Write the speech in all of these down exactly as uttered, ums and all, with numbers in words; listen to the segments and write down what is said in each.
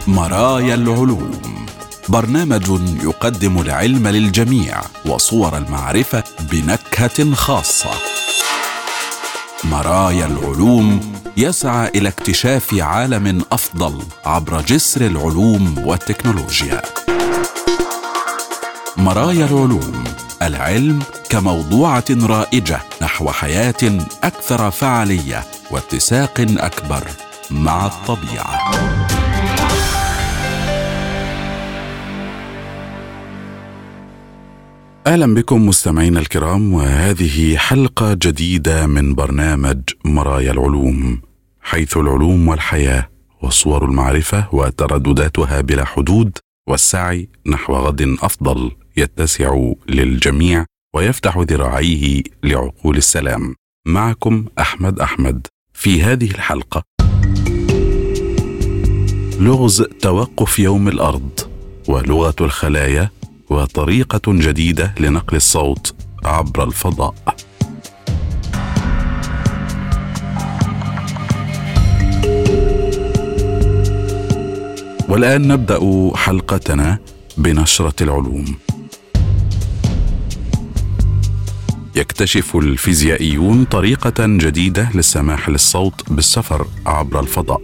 مرايا العلوم، برنامج يقدم العلم للجميع وصور المعرفة بنكهة خاصة. مرايا العلوم يسعى إلى اكتشاف عالم أفضل عبر جسر العلوم والتكنولوجيا. مرايا العلوم، العلم كموضوعة رائجة نحو حياة أكثر فعالية واتساق أكبر مع الطبيعة. أهلا بكم مستمعينا الكرام، وهذه حلقة جديدة من برنامج مرايا العلوم، حيث العلوم والحياة وصور المعرفة وتردداتها بلا حدود، والسعي نحو غد أفضل يتسع للجميع ويفتح ذراعيه لعقول السلام. معكم أحمد أحمد. في هذه الحلقة لغز توقف يوم الأرض ولغة الخلايا وطريقة جديدة لنقل الصوت عبر الفضاء. والآن نبدأ حلقتنا بنشرة العلوم. يكتشف الفيزيائيون طريقة جديدة للسماح للصوت بالسفر عبر الفضاء.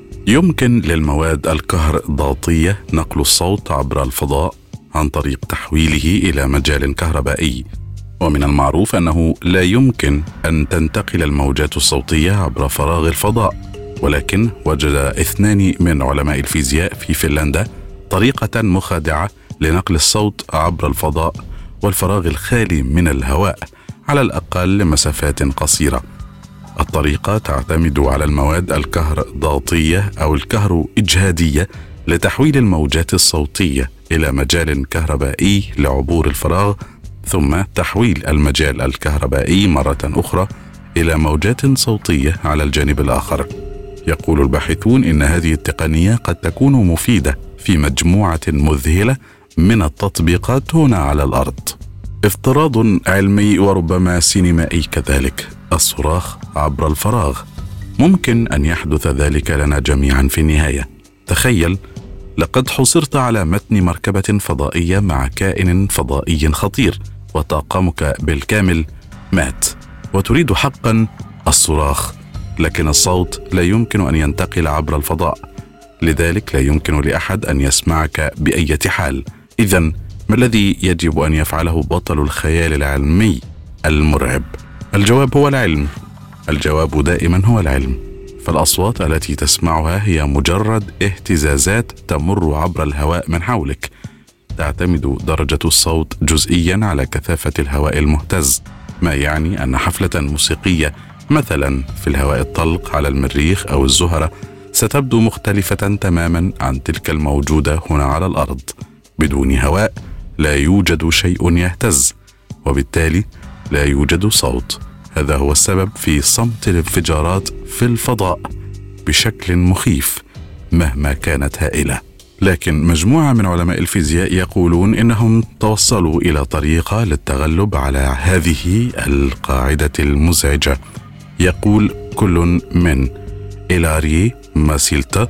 يمكن للمواد الكهربائية نقل الصوت عبر الفضاء عن طريق تحويله إلى مجال كهربائي، ومن المعروف أنه لا يمكن أن تنتقل الموجات الصوتية عبر فراغ الفضاء، ولكن وجد اثنان من علماء الفيزياء في فنلندا طريقة مخادعة لنقل الصوت عبر الفضاء والفراغ الخالي من الهواء على الأقل لمسافات قصيرة. الطريقة تعتمد على المواد الكهربائية أو الكهروإجهادية لتحويل الموجات الصوتية إلى مجال كهربائي لعبور الفراغ، ثم تحويل المجال الكهربائي مرة أخرى إلى موجات صوتية على الجانب الآخر. يقول الباحثون إن هذه التقنية قد تكون مفيدة في مجموعة مذهلة من التطبيقات هنا على الأرض. افتراض علمي وربما سينمائي كذلك، الصراخ عبر الفراغ. ممكن أن يحدث ذلك لنا جميعا في النهاية. تخيل، لقد حصرت على متن مركبة فضائية مع كائن فضائي خطير، وطاقمك بالكامل مات، وتريد حقا الصراخ، لكن الصوت لا يمكن أن ينتقل عبر الفضاء، لذلك لا يمكن لأحد أن يسمعك بأي حال. إذن ما الذي يجب أن يفعله بطل الخيال العلمي المرعب؟ الجواب هو العلم. الجواب دائما هو العلم. فالأصوات التي تسمعها هي مجرد اهتزازات تمر عبر الهواء من حولك. تعتمد درجة الصوت جزئيا على كثافة الهواء المهتز، ما يعني أن حفلة موسيقية مثلا في الهواء الطلق على المريخ أو الزهرة ستبدو مختلفة تماما عن تلك الموجودة هنا على الأرض. بدون هواء لا يوجد شيء يهتز، وبالتالي لا يوجد صوت. هذا هو السبب في صمت الانفجارات في الفضاء بشكل مخيف مهما كانت هائلة. لكن مجموعة من علماء الفيزياء يقولون إنهم توصلوا إلى طريقة للتغلب على هذه القاعدة المزعجة. يقول كل من إيلاري ماسيلتا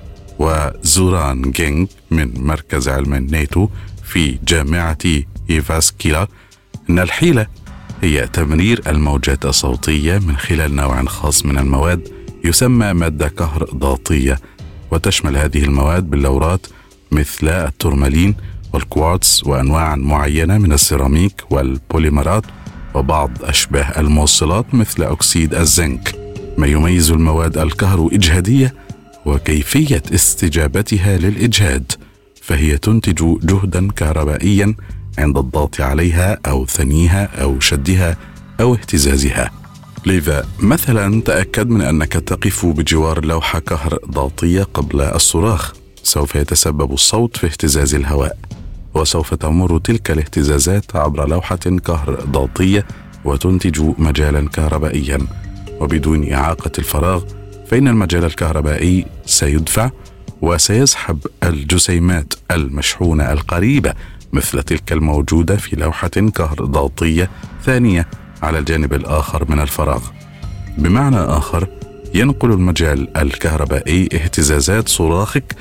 وزوران جينغ من مركز علم الناتو في جامعة إيفاسكيلا إن الحيلة هي تمرير الموجات الصوتية من خلال نوع خاص من المواد يسمى مادة كهربائية، وتشمل هذه المواد بلورات مثل التورمالين والكوارتز وأنواع معينة من السيراميك والبوليمرات وبعض أشباه الموصلات مثل أكسيد الزنك. ما يميز المواد الكهروإجهادية وكيفية استجابتها للإجهاد، فهي تنتج جهدا كهربائيا عند الضغط عليها أو ثنيها أو شدها أو اهتزازها. لذا مثلا تأكد من أنك تقف بجوار لوحة كهربائية قبل الصراخ، سوف يتسبب الصوت في اهتزاز الهواء، وسوف تمر تلك الاهتزازات عبر لوحة كهربائية وتنتج مجالا كهربائيا. وبدون إعاقة الفراغ فإن المجال الكهربائي سيدفع وسيسحب الجسيمات المشحونة القريبة مثل تلك الموجودة في لوحة كهربائية ثانية على الجانب الآخر من الفراغ. بمعنى آخر، ينقل المجال الكهربائي اهتزازات صراخك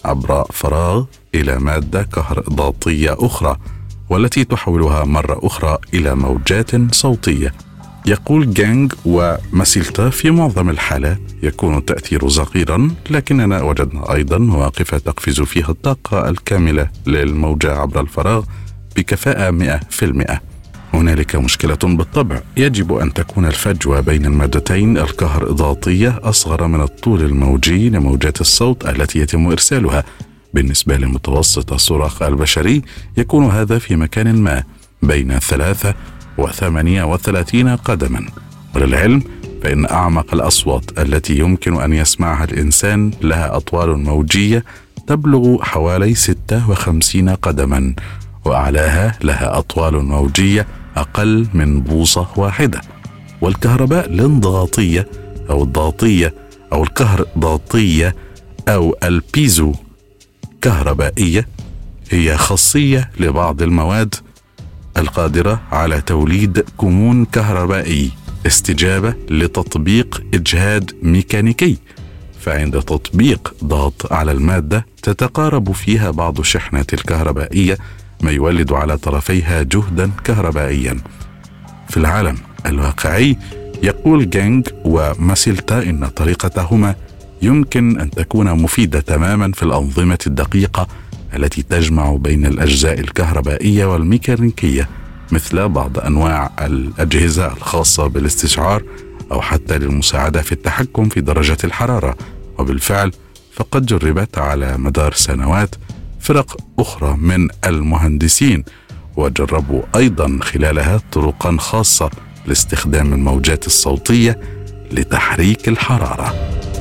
عبر فراغ إلى مادة كهربائية أخرى، والتي تحولها مرة أخرى إلى موجات صوتية. يقول جانغ وماسيلتا في معظم الحالات يكون التأثير صغيرا، لكننا وجدنا أيضا مواقف تقفز فيها الطاقة الكاملة للموجة عبر الفراغ بكفاءة مئة في المئة. هنالك مشكلة بالطبع، يجب أن تكون الفجوة بين المادتين الكهربائية أصغر من الطول الموجي لموجات الصوت التي يتم إرسالها. بالنسبة لمتوسط الصراخ البشري يكون هذا في مكان ما بين ثلاثة وثمانية وثلاثين قدما. وللعلم فإن أعمق الأصوات التي يمكن أن يسمعها الإنسان لها أطوال موجية تبلغ حوالي ستة وخمسين قدما، وأعلاها لها أطوال موجية أقل من بوصة واحدة. والكهرباء الانضغاطية أو الضغطية أو الكهرضغطية أو البيزو كهربائية هي خاصية لبعض المواد القادرة على توليد كمون كهربائي استجابة لتطبيق إجهاد ميكانيكي. فعند تطبيق ضغط على المادة تتقارب فيها بعض الشحنات الكهربائية، ما يولد على طرفيها جهدا كهربائيا. في العالم الواقعي يقول جانغ وماسيلتا إن طريقتهما يمكن أن تكون مفيدة تماما في الأنظمة الدقيقة التي تجمع بين الأجزاء الكهربائية والميكانيكية، مثل بعض أنواع الأجهزة الخاصة بالاستشعار أو حتى للمساعدة في التحكم في درجة الحرارة. وبالفعل فقد جربت على مدار سنوات فرق أخرى من المهندسين، وجربوا أيضا خلالها طرقا خاصة لاستخدام الموجات الصوتية لتحريك الحرارة.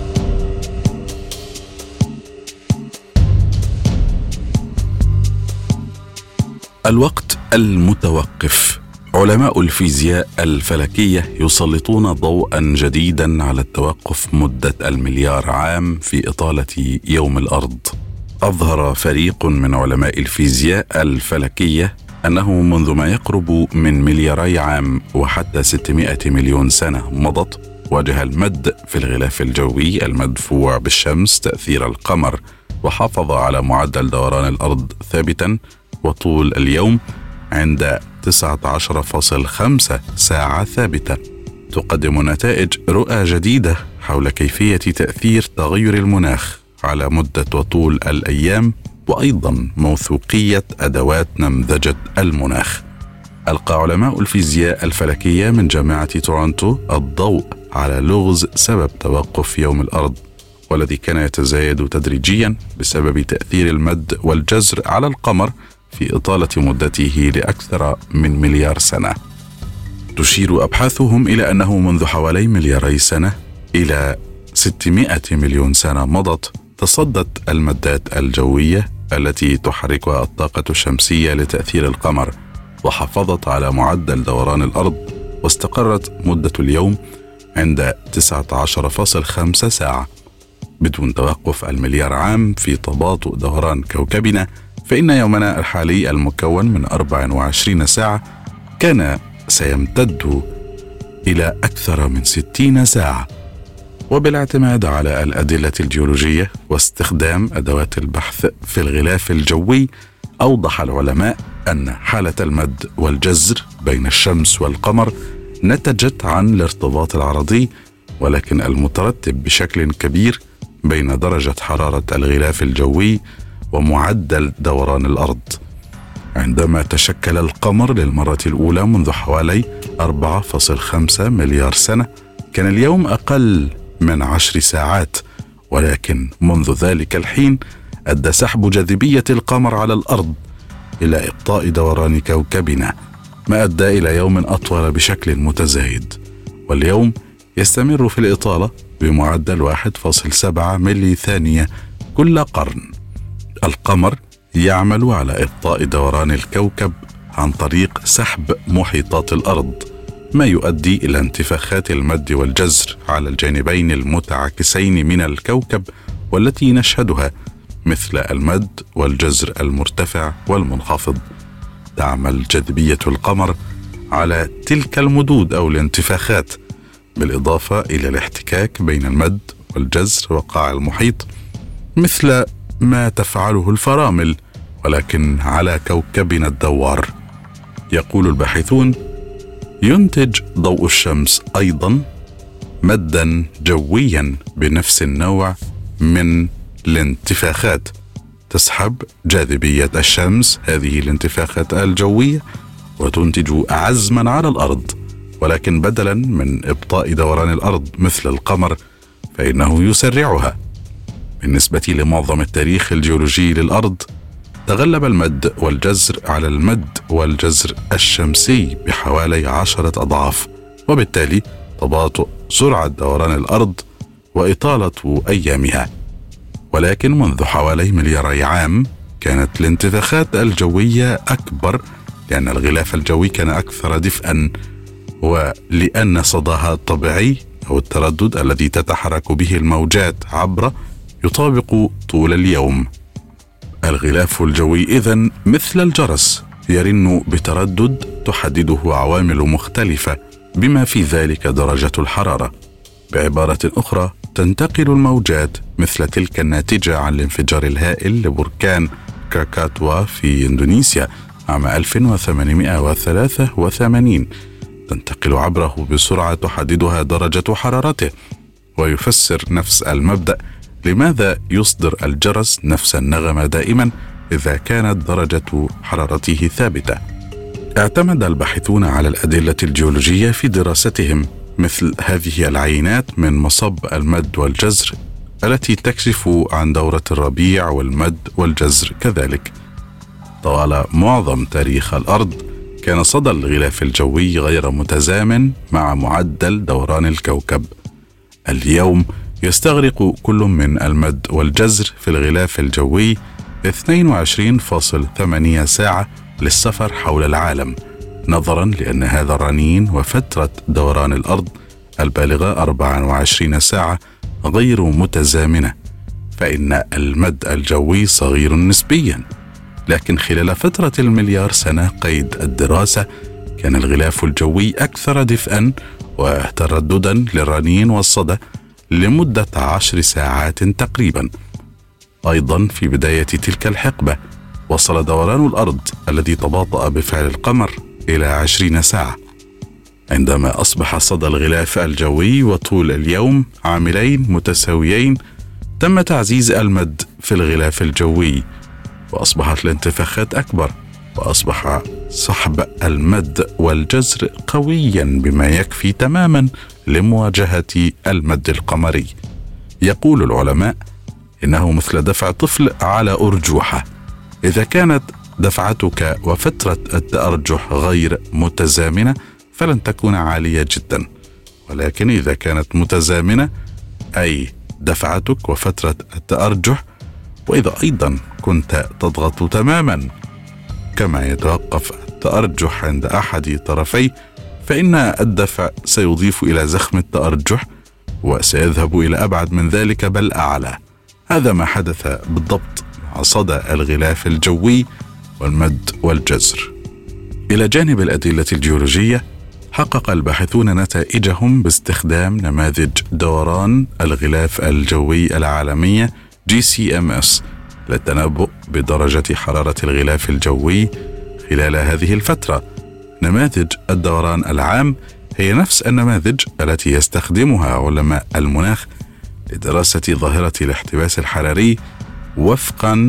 الوقت المتوقف. علماء الفيزياء الفلكية يسلطون ضوءا جديدا على التوقف مدة المليار عام في إطالة يوم الأرض. أظهر فريق من علماء الفيزياء الفلكية أنه منذ ما يقرب من ملياري عام وحتى ستمائة مليون سنة مضت، واجه المد في الغلاف الجوي المدفوع بالشمس تأثير القمر، وحافظ على معدل دوران الأرض ثابتا وطول اليوم عند تسعة عشر فاصلة خمسة ساعة ثابتة. تقدم نتائج رؤى جديدة حول كيفية تأثير تغير المناخ على مدة وطول الأيام، وأيضا موثوقية أدوات نمذجة المناخ. ألقى علماء الفيزياء الفلكية من جامعة تورونتو الضوء على لغز سبب توقف يوم الأرض، والذي كان يتزايد تدريجيا بسبب تأثير المد والجزر على القمر في إطالة مدته لأكثر من مليار سنة. تشير أبحاثهم إلى أنه منذ حوالي ملياري سنة إلى ستمائة مليون سنة مضت، تصدت المادات الجوية التي تحركها الطاقة الشمسية لتأثير القمر، وحافظت على معدل دوران الأرض، واستقرت مدة اليوم عند تسعة عشر فاصلة خمسة ساعة. بدون توقف المليار عام في تباطؤ دوران كوكبنا، فإن يومنا الحالي المكون من أربع وعشرين ساعة كان سيمتد إلى أكثر من ستين ساعة. وبالاعتماد على الأدلة الجيولوجية واستخدام أدوات البحث في الغلاف الجوي، أوضح العلماء أن حالة المد والجزر بين الشمس والقمر نتجت عن الارتباط العرضي، ولكن المترتب بشكل كبير بين درجة حرارة الغلاف الجوي ومعدل دوران الأرض. عندما تشكل القمر للمرة الأولى منذ حوالي أربعة فاصلة خمسة مليار سنة، كان اليوم أقل من عشر ساعات، ولكن منذ ذلك الحين أدى سحب جاذبية القمر على الأرض إلى إبطاء دوران كوكبنا، ما أدى إلى يوم أطول بشكل متزايد. واليوم يستمر في الإطالة بمعدل واحد فاصلة سبعة ملي ثانية كل قرن. القمر يعمل على إبطاء دوران الكوكب عن طريق سحب محيطات الأرض، ما يؤدي إلى انتفاخات المد والجزر على الجانبين المتعاكسين من الكوكب والتي نشهدها، مثل المد والجزر المرتفع والمنخفض. تعمل جاذبية القمر على تلك المدود أو الانتفاخات، بالإضافة إلى الاحتكاك بين المد والجزر وقاع المحيط، مثل ما تفعله الفرامل، ولكن على كوكبنا الدوار. يقول الباحثون: ينتج ضوء الشمس أيضا مدًا جويًا بنفس النوع من الانتفاخات تسحب جاذبية الشمس هذه الانتفاخات الجوية وتنتج عزما على الأرض، ولكن بدلا من إبطاء دوران الأرض مثل القمر فإنه يسرعها. بالنسبة لمعظم التاريخ الجيولوجي للأرض، تغلب المد والجزر على المد والجزر الشمسي بحوالي عشرة أضعاف، وبالتالي تباطؤ سرعة دوران الأرض وإطالة أيامها. ولكن منذ حوالي ملياري عام كانت الانتفاخات الجوية أكبر، لأن الغلاف الجوي كان أكثر دفئا، ولأن صداها الطبيعي أو التردد الذي تتحرك به الموجات عبره يطابق طول اليوم. الغلاف الجوي إذن مثل الجرس يرن بتردد تحدده عوامل مختلفة بما في ذلك درجة الحرارة. بعبارة أخرى، تنتقل الموجات مثل تلك الناتجة عن الانفجار الهائل لبركان كراكاتوا في إندونيسيا عام ألف وثمانمائة وثلاثة وثمانين، تنتقل عبره بسرعة تحددها درجة حرارته. ويفسر نفس المبدأ لماذا يصدر الجرس نفس النغمة دائما إذا كانت درجة حرارته ثابتة. اعتمد الباحثون على الأدلة الجيولوجية في دراستهم، مثل هذه العينات من مصب المد والجزر التي تكشف عن دورة الربيع والمد والجزر. كذلك طوال معظم تاريخ الأرض كان صدى الغلاف الجوي غير متزامن مع معدل دوران الكوكب. اليوم يستغرق كل من المد والجزر في الغلاف الجوي اثنين وعشرين فاصلة ثمانية ساعة للسفر حول العالم، نظرا لأن هذا الرنين وفترة دوران الأرض البالغة أربعة وعشرين ساعة غير متزامنة، فإن المد الجوي صغير نسبيا. لكن خلال فترة المليار سنة قيد الدراسة كان الغلاف الجوي أكثر دفئا وترددا للرنين والصدى لمدة عشر ساعات تقريبا. أيضا في بداية تلك الحقبة وصل دوران الأرض الذي تباطأ بفعل القمر إلى عشرين ساعة. عندما أصبح صدى الغلاف الجوي وطول اليوم عاملين متساويين، تم تعزيز المد في الغلاف الجوي وأصبحت الانتفاخات أكبر، وأصبح سحب المد والجزر قويا بما يكفي تماما لمواجهة المد القمري. يقول العلماء إنه مثل دفع طفل على أرجوحة، إذا كانت دفعتك وفترة التأرجح غير متزامنة فلن تكون عالية جدا، ولكن إذا كانت متزامنة أي دفعتك وفترة التأرجح، وإذا أيضا كنت تضغط تماما كما يتوقف التأرجح عند أحد طرفيه، فإن الدفع سيضيف إلى زخم التأرجح وسيذهب إلى أبعد من ذلك بل أعلى. هذا ما حدث بالضبط مع صدى الغلاف الجوي والمد والجزر. إلى جانب الأدلة الجيولوجية، حقق الباحثون نتائجهم باستخدام نماذج دوران الغلاف الجوي العالمية جي سي إم إس للتنبؤ بدرجة حرارة الغلاف الجوي خلال هذه الفترة. نماذج الدوران العام هي نفس النماذج التي يستخدمها علماء المناخ لدراسة ظاهرة الاحتباس الحراري. وفقا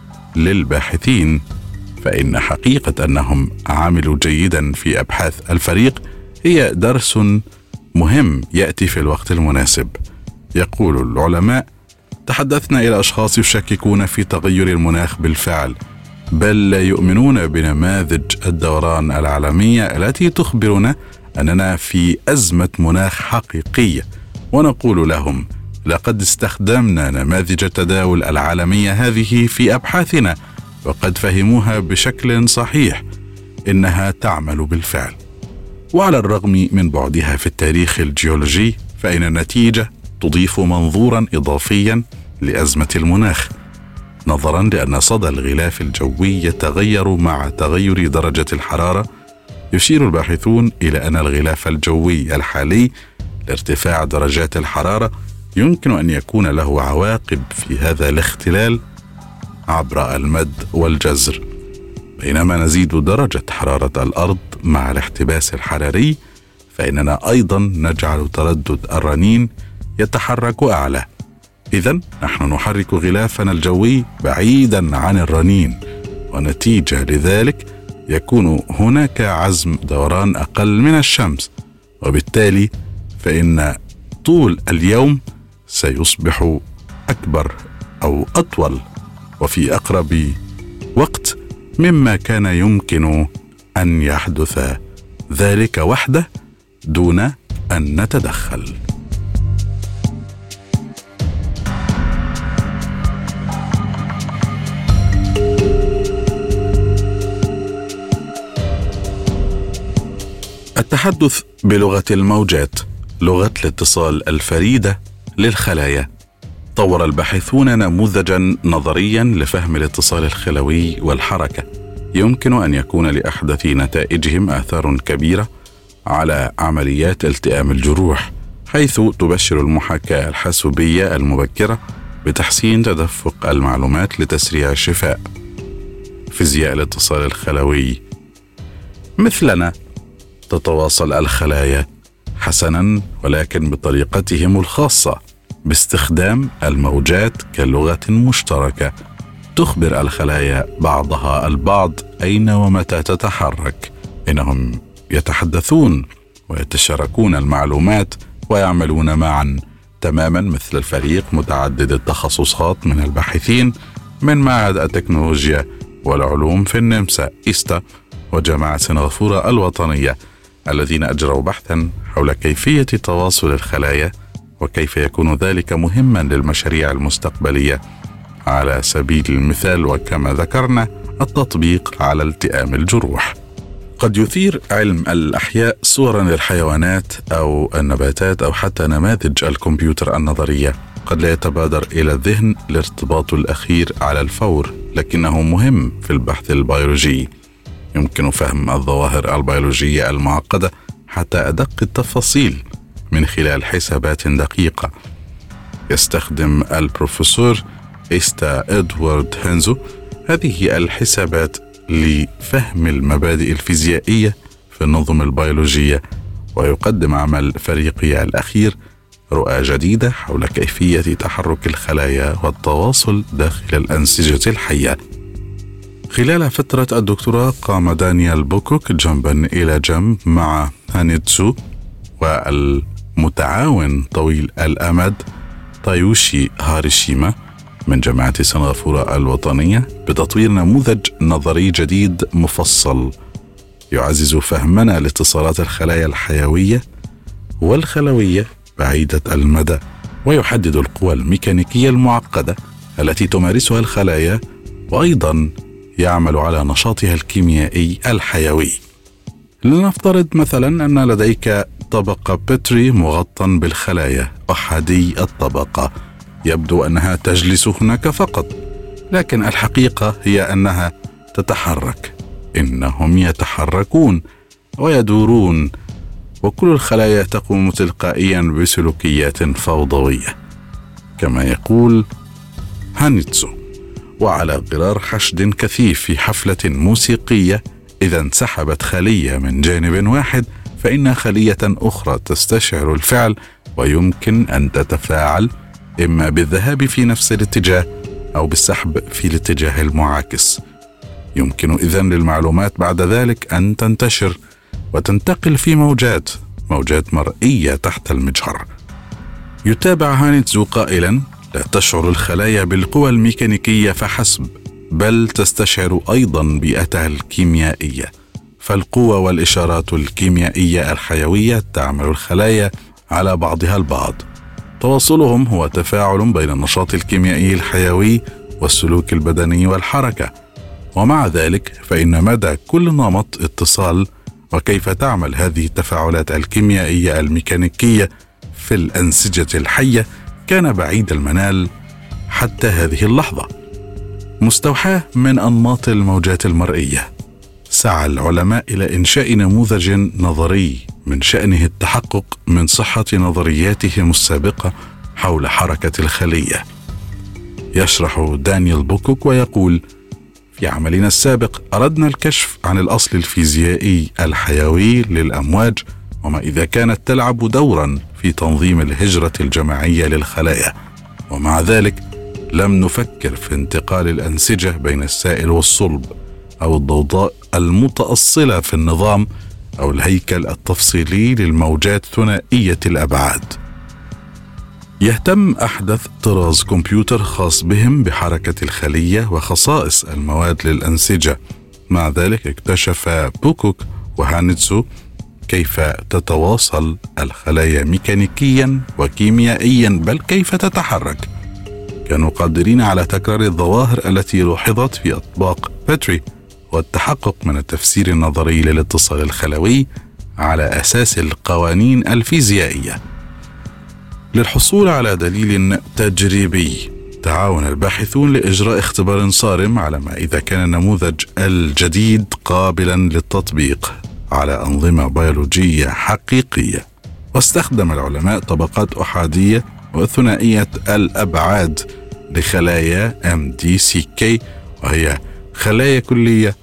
للباحثين، فإن حقيقة أنهم عملوا جيدا في أبحاث الفريق هي درس مهم يأتي في الوقت المناسب. يقول العلماء: تحدثنا إلى أشخاص يشككون في تغير المناخ بالفعل، بل لا يؤمنون بنماذج الدوران العالمية التي تخبرنا أننا في أزمة مناخ حقيقية، ونقول لهم: لقد استخدمنا نماذج التداول العالمية هذه في أبحاثنا وقد فهموها بشكل صحيح، إنها تعمل بالفعل. وعلى الرغم من بعدها في التاريخ الجيولوجي، فإن النتيجة تضيف منظورا إضافيا لأزمة المناخ، نظرا لأن صدى الغلاف الجوي يتغير مع تغير درجة الحرارة. يشير الباحثون إلى أن الغلاف الجوي الحالي لارتفاع درجات الحرارة يمكن أن يكون له عواقب في هذا الاختلال عبر المد والجزر. بينما نزيد درجة حرارة الأرض مع الاحتباس الحراري، فإننا أيضا نجعل تردد الرنين يتحرك أعلى. إذن نحن نحرك غلافنا الجوي بعيدا عن الرنين، ونتيجة لذلك يكون هناك عزم دوران أقل من الشمس، وبالتالي فإن طول اليوم سيصبح أكبر أو أطول وفي أقرب وقت مما كان يمكن أن يحدث ذلك وحده دون أن نتدخل. التحدث بلغة الموجات، لغة الاتصال الفريدة للخلايا. طور الباحثون نموذجا نظريا لفهم الاتصال الخلوي والحركة، يمكن أن يكون لأحدث نتائجهم آثار كبيرة على عمليات التئام الجروح، حيث تبشر المحاكاة الحاسوبية المبكرة بتحسين تدفق المعلومات لتسريع الشفاء. فيزياء الاتصال الخلوي، مثلنا تتواصل الخلايا حسنا ولكن بطريقتهم الخاصة باستخدام الموجات كلغة مشتركة تخبر الخلايا بعضها البعض أين ومتى تتحرك. إنهم يتحدثون ويتشاركون المعلومات ويعملون معا تماما مثل الفريق متعدد التخصصات من الباحثين من معهد التكنولوجيا والعلوم في النمسا إيستا وجامعة سنغافورة الوطنية، الذين أجروا بحثا حول كيفية تواصل الخلايا وكيف يكون ذلك مهما للمشاريع المستقبلية، على سبيل المثال وكما ذكرنا التطبيق على التئام الجروح. قد يثير علم الأحياء صورا للحيوانات أو النباتات أو حتى نماذج الكمبيوتر النظرية، قد لا يتبادر إلى الذهن الارتباط الأخير على الفور، لكنه مهم في البحث البيولوجي. يمكن فهم الظواهر البيولوجية المعقدة حتى أدق التفاصيل من خلال حسابات دقيقة. يستخدم البروفيسور إيستا إدوارد هينزو هذه الحسابات لفهم المبادئ الفيزيائية في النظم البيولوجية، ويقدم عمل فريقه الأخير رؤى جديدة حول كيفية تحرك الخلايا والتواصل داخل الأنسجة الحية. خلال فترة الدكتوراه قام دانيال بوكوك جنبا إلى جنب مع هانيتسو والمتعاون طويل الأمد تايوشي هاريشيما من جامعة سنغافورة الوطنية بتطوير نموذج نظري جديد مفصل يعزز فهمنا لاتصالات الخلايا الحيوية والخلوية بعيدة المدى، ويحدد القوى الميكانيكية المعقدة التي تمارسها الخلايا، وأيضا يعمل على نشاطها الكيميائي الحيوي. لنفترض مثلا أن لديك طبقة بتري مغطى بالخلايا أحادي الطبقة، يبدو أنها تجلس هناك فقط، لكن الحقيقة هي أنها تتحرك. إنهم يتحركون ويدورون، وكل الخلايا تقوم تلقائيا بسلوكيات فوضوية كما يقول هانيتسو. وعلى غرار حشد كثيف في حفلة موسيقية، إذا انسحبت خلية من جانب واحد فإن خلية أخرى تستشعر الفعل ويمكن أن تتفاعل إما بالذهاب في نفس الاتجاه أو بالسحب في الاتجاه المعاكس. يمكن إذن للمعلومات بعد ذلك أن تنتشر وتنتقل في موجات موجات مرئية تحت المجهر. يتابع هانيتسو قائلا: لا تشعر الخلايا بالقوى الميكانيكية فحسب، بل تستشعر أيضا بيئتها الكيميائية، فالقوة والإشارات الكيميائية الحيوية تعمل الخلايا على بعضها البعض. تواصلهم هو تفاعل بين النشاط الكيميائي الحيوي والسلوك البدني والحركة، ومع ذلك فإن مدى كل نمط اتصال وكيف تعمل هذه التفاعلات الكيميائية الميكانيكية في الأنسجة الحية كان بعيد المنال حتى هذه اللحظة. مستوحاة من أنماط الموجات المرئية، سعى العلماء إلى إنشاء نموذج نظري من شأنه التحقق من صحة نظرياتهم السابقة حول حركة الخلية. يشرح دانيال بوكوك ويقول: في عملنا السابق أردنا الكشف عن الأصل الفيزيائي الحيوي للأمواج وما إذا كانت تلعب دورا في تنظيم الهجرة الجماعية للخلايا، ومع ذلك لم نفكر في انتقال الأنسجة بين السائل والصلب أو الضوضاء المتأصلة في النظام أو الهيكل التفصيلي للموجات ثنائية الأبعاد. يهتم أحدث طراز كمبيوتر خاص بهم بحركة الخلية وخصائص المواد للأنسجة. مع ذلك اكتشف بوكوك وهانتسو كيف تتواصل الخلايا ميكانيكيا وكيميائيا، بل كيف تتحرك. كانوا قادرين على تكرار الظواهر التي لوحظت في أطباق بيتري والتحقق من التفسير النظري للاتصال الخلوي على أساس القوانين الفيزيائية. للحصول على دليل تجريبي تعاون الباحثون لإجراء اختبار صارم على ما إذا كان النموذج الجديد قابلا للتطبيق على أنظمة بيولوجية حقيقية. واستخدم العلماء طبقات أحادية وثنائية الأبعاد لخلايا إم دي سي كي، وهي خلايا كلية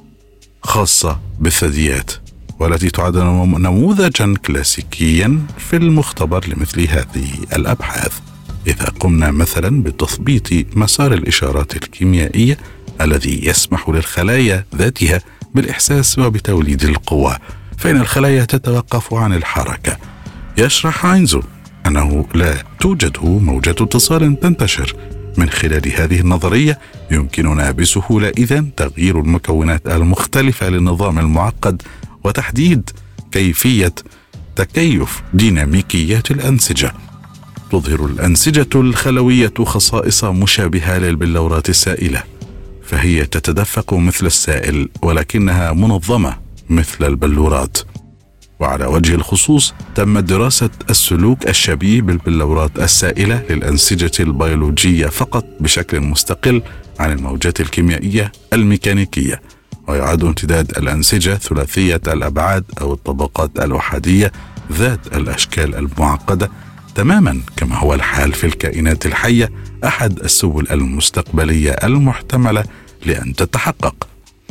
خاصة بالثدييات، والتي تعد نموذجا كلاسيكيا في المختبر لمثل هذه الأبحاث. إذا قمنا مثلا بتثبيط مسار الإشارات الكيميائية الذي يسمح للخلايا ذاتها بالإحساس وبتوليد القوة، فإن الخلايا تتوقف عن الحركة. يشرح هاينزو أنه لا توجد موجة اتصال تنتشر. من خلال هذه النظرية يمكننا بسهولة إذن تغيير المكونات المختلفة للنظام المعقد وتحديد كيفية تكيف ديناميكيات الأنسجة. تظهر الأنسجة الخلوية خصائص مشابهة للبلورات السائلة، فهي تتدفق مثل السائل ولكنها منظمة مثل البلورات. وعلى وجه الخصوص تمت دراسة السلوك الشبيه بالبلورات السائلة للأنسجة البيولوجية فقط بشكل مستقل عن الموجات الكيميائية الميكانيكية. ويعد امتداد الأنسجة ثلاثية الأبعاد أو الطبقات الأحادية ذات الأشكال المعقدة تماما كما هو الحال في الكائنات الحية أحد السبل المستقبلية المحتملة لأن تتحقق.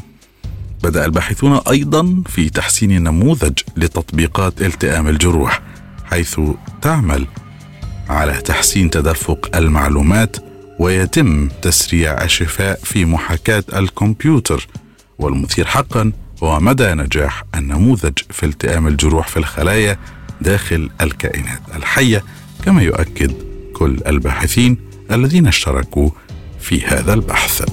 بدأ الباحثون أيضا في تحسين نموذج لتطبيقات التئام الجروح، حيث تعمل على تحسين تدفق المعلومات ويتم تسريع الشفاء في محاكاة الكمبيوتر. والمثير حقا هو مدى نجاح النموذج في التئام الجروح في الخلايا داخل الكائنات الحية، كما يؤكد كل الباحثين الذين اشتركوا في هذا البحث.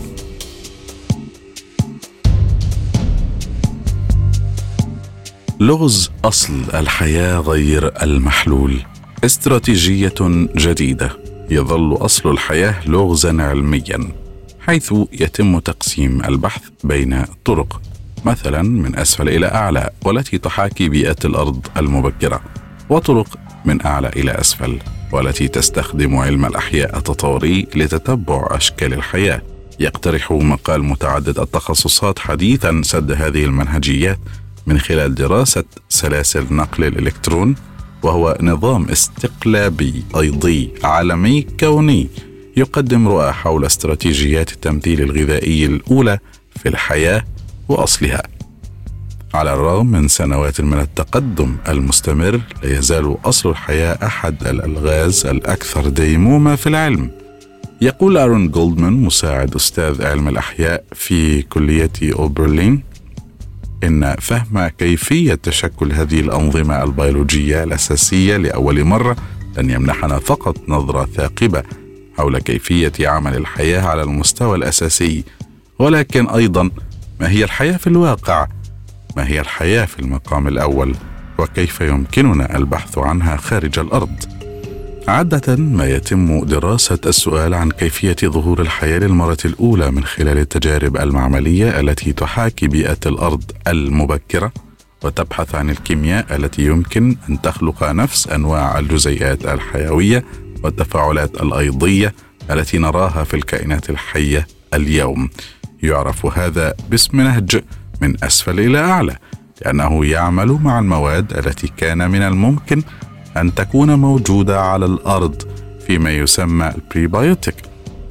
لغز أصل الحياة غير المحلول، استراتيجية جديدة. يظل أصل الحياة لغزا علميا، حيث يتم تقسيم البحث بين طرق مثلا من أسفل إلى أعلى والتي تحاكي بيئة الأرض المبكرة، وطرق من أعلى إلى أسفل والتي تستخدم علم الأحياء التطوري لتتبع أشكال الحياة. يقترح مقال متعدد التخصصات حديثا سد هذه المنهجيات من خلال دراسة سلاسل نقل الإلكترون، وهو نظام استقلابي أيضي عالمي كوني يقدم رؤى حول استراتيجيات التمثيل الغذائي الأولى في الحياة وأصلها. على الرغم من سنوات من التقدم المستمر، لا يزال أصل الحياة أحد الألغاز الأكثر ديمومة في العلم. يقول آرون جولدمان مساعد أستاذ علم الأحياء في كلية أوبرلين إن فهم كيفية تشكل هذه الأنظمة البيولوجية الأساسية لأول مرة لن يمنحنا فقط نظرة ثاقبة حول كيفية عمل الحياة على المستوى الأساسي، ولكن أيضا ما هي الحياة في الواقع، ما هي الحياة في المقام الأول، وكيف يمكننا البحث عنها خارج الأرض. عادة ما يتم دراسة السؤال عن كيفية ظهور الحياة للمرة الأولى من خلال التجارب المعملية التي تحاكي بيئة الأرض المبكرة، وتبحث عن الكيمياء التي يمكن أن تخلق نفس أنواع الجزيئات الحيوية والتفاعلات الأيضية التي نراها في الكائنات الحية اليوم. يعرف هذا باسم نهج من أسفل إلى أعلى، لأنه يعمل مع المواد التي كان من الممكن أن تكون موجودة على الأرض فيما يسمى البريبايوتيك.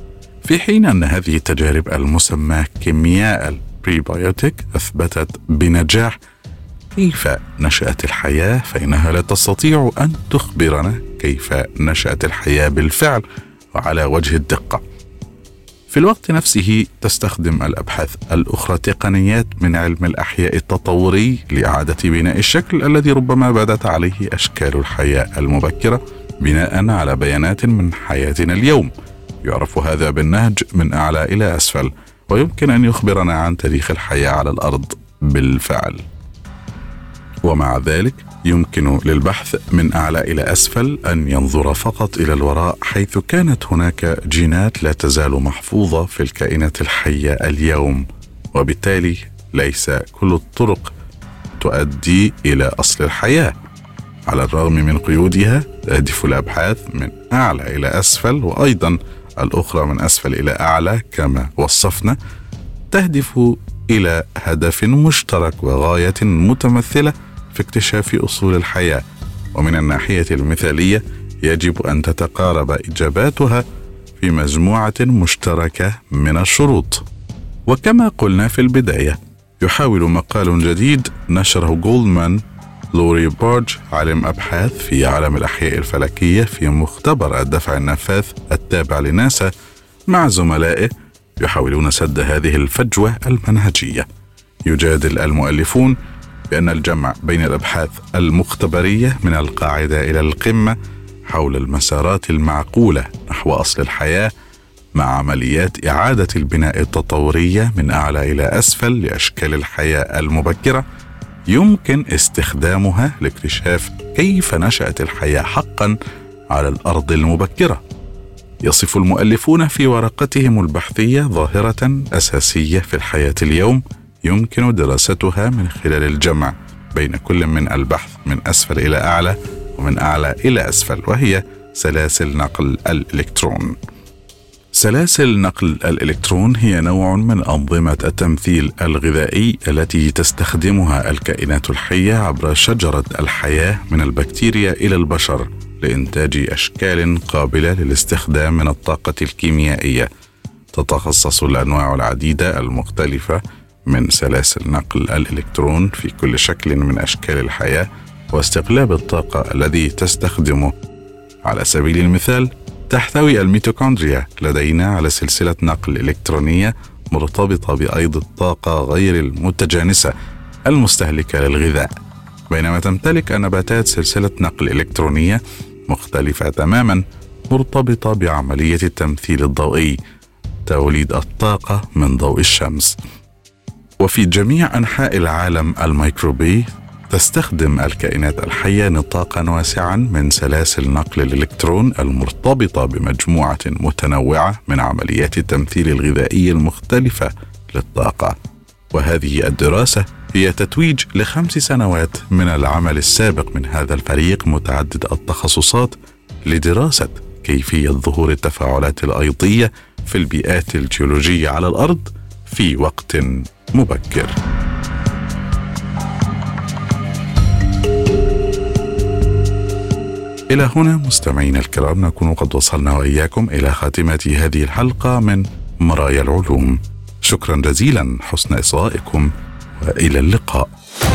في حين أن هذه التجارب المسماة كيمياء البريبيوتيك أثبتت بنجاح كيف نشأت الحياة، فإنها لا تستطيع أن تخبرنا كيف نشأت الحياة بالفعل وعلى وجه الدقة. في الوقت نفسه تستخدم الأبحاث الأخرى تقنيات من علم الأحياء التطوري لإعادة بناء الشكل الذي ربما بدت عليه أشكال الحياة المبكرة بناء على بيانات من حياتنا اليوم. يعرف هذا بالنهج من أعلى إلى أسفل، ويمكن أن يخبرنا عن تاريخ الحياة على الأرض بالفعل. ومع ذلك يمكن للبحث من أعلى إلى أسفل أن ينظر فقط إلى الوراء، حيث كانت هناك جينات لا تزال محفوظة في الكائنات الحية اليوم، وبالتالي ليس كل الطرق تؤدي إلى أصل الحياة. على الرغم من قيودها تهدف الأبحاث من أعلى إلى أسفل، وأيضا الأخرى من أسفل إلى أعلى كما وصفنا، تهدف إلى هدف مشترك وغاية متمثلة في اكتشاف أصول الحياة. ومن الناحية المثالية يجب أن تتقارب إجاباتها في مجموعة مشتركة من الشروط. وكما قلنا في البداية، يحاول مقال جديد نشره جولدمان لوري بارج، عالم أبحاث في عالم الأحياء الفلكية في مختبر الدفع النفاث التابع لناسا، مع زملائه يحاولون سد هذه الفجوة المنهجية. يجادل المؤلفون بأن الجمع بين الأبحاث المختبرية من القاعدة إلى القمة حول المسارات المعقولة نحو أصل الحياة، مع عمليات إعادة البناء التطورية من أعلى إلى أسفل لأشكال الحياة المبكرة، يمكن استخدامها لاكتشاف كيف نشأت الحياة حقا على الأرض المبكرة. يصف المؤلفون في ورقتهم البحثية ظاهرة أساسية في الحياة اليوم يمكن دراستها من خلال الجمع بين كل من البحث من أسفل إلى أعلى ومن أعلى إلى أسفل، وهي سلاسل نقل الإلكترون. سلاسل نقل الإلكترون هي نوع من أنظمة التمثيل الغذائي التي تستخدمها الكائنات الحية عبر شجرة الحياة من البكتيريا إلى البشر لإنتاج أشكال قابلة للاستخدام من الطاقة الكيميائية. تتخصص الأنواع العديدة المختلفة من سلاسل نقل الإلكترون في كل شكل من أشكال الحياة واستقلاب الطاقة الذي تستخدمه. على سبيل المثال، تحتوي الميتوكوندريا لدينا على سلسلة نقل إلكترونية مرتبطة بأيض الطاقة غير المتجانسة المستهلكة للغذاء، بينما تمتلك النباتات سلسلة نقل إلكترونية مختلفة تماما مرتبطة بعملية التمثيل الضوئي، توليد الطاقة من ضوء الشمس. وفي جميع أنحاء العالم الميكروبي تستخدم الكائنات الحية نطاقا واسعا من سلاسل نقل الإلكترون المرتبطة بمجموعة متنوعة من عمليات التمثيل الغذائي المختلفة للطاقة. وهذه الدراسة هي تتويج لخمس سنوات من العمل السابق من هذا الفريق متعدد التخصصات لدراسة كيفية ظهور التفاعلات الأيضية في البيئات الجيولوجية على الأرض في وقت مبكر. إلى هنا مستمعينا الكرام نكون قد وصلنا وإياكم إلى خاتمة هذه الحلقة من مرايا العلوم. شكرا جزيلا حسن إصغائكم وإلى اللقاء.